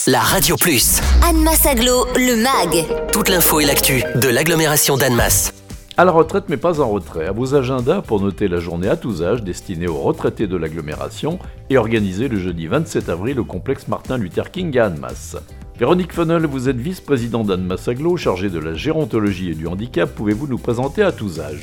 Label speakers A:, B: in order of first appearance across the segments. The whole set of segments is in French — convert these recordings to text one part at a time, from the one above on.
A: la Radio Plus.
B: Annemasse Agglo, le MAG.
A: Toute l'info et l'actu de l'agglomération d'Annemasse.
C: À la retraite mais pas en retrait, à vos agendas pour noter la journée à tous âges destinée aux retraités de l'agglomération et organisée le jeudi 27 avril au complexe Martin Luther King à Annemasse. Véronique Fenel, vous êtes vice-présidente d'Annemasse Agglo, chargée de la gérontologie et du handicap. Pouvez-vous nous présenter à tous âges ?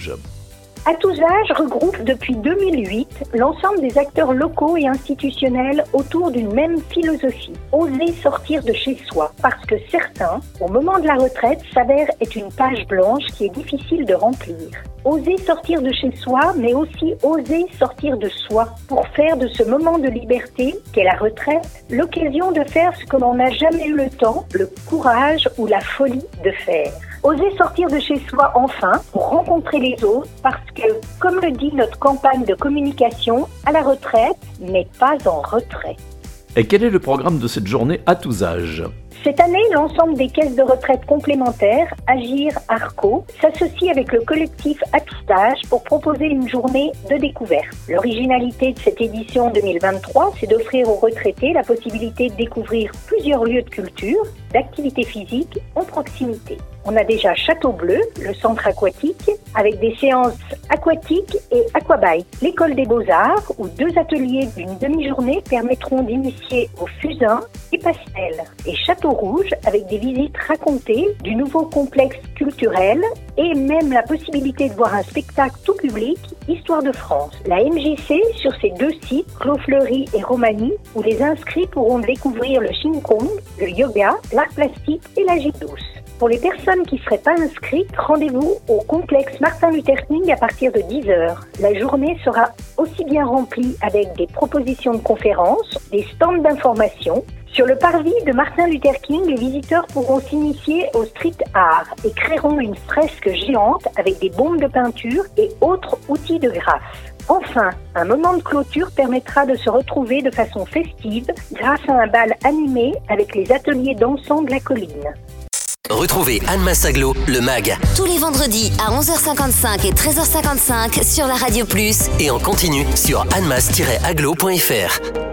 D: À tous âges regroupe depuis 2008 l'ensemble des acteurs locaux et institutionnels autour d'une même philosophie, oser sortir de chez soi, parce que certains, au moment de la retraite, s'avèrent être une page blanche qui est difficile de remplir. Oser sortir de chez soi, mais aussi oser sortir de soi, pour faire de ce moment de liberté, qu'est la retraite, l'occasion de faire ce que l'on n'a jamais eu le temps, le courage ou la folie de faire. Oser sortir de chez soi enfin, pour rencontrer les autres, parce que, comme le dit notre campagne de communication, à la retraite, mais pas en retrait.
C: Et quel est le programme de cette journée à tous âges ?
D: Cette année, l'ensemble des caisses de retraite complémentaires, Agir Arco, s'associe avec le collectif À tout âge pour proposer une journée de découverte. L'originalité de cette édition 2023, c'est d'offrir aux retraités la possibilité de découvrir plusieurs lieux de culture, d'activités physiques en proximité. On a déjà Château Bleu, le centre aquatique, avec des séances aquatiques et aquabike. L'école des beaux-arts, où 2 ateliers d'une demi-journée permettront d'initier au fusain et pastel. Et Château Rouge, avec des visites racontées du nouveau complexe culturel et même la possibilité de voir un spectacle tout public, Histoire de France. La MJC sur ces 2 sites, Clos Fleury et Romani, où les inscrits pourront découvrir le Qigong, le yoga, l'art plastique et la gym douce. Pour les personnes qui ne seraient pas inscrites, rendez-vous au complexe Martin Luther King à partir de 10h. La journée sera aussi bien remplie avec des propositions de conférences, des stands d'information. Sur le parvis de Martin Luther King, les visiteurs pourront s'initier au street art et créeront une fresque géante avec des bombes de peinture et autres outils de graphe. Enfin, un moment de clôture permettra de se retrouver de façon festive grâce à un bal animé avec les ateliers dansants de la colline.
A: Retrouvez Annemasse Agglo, le MAG.
B: Tous les vendredis à 11h55 et 13h55 sur la Radio Plus.
A: Et en continu sur annemasse-agglo.fr.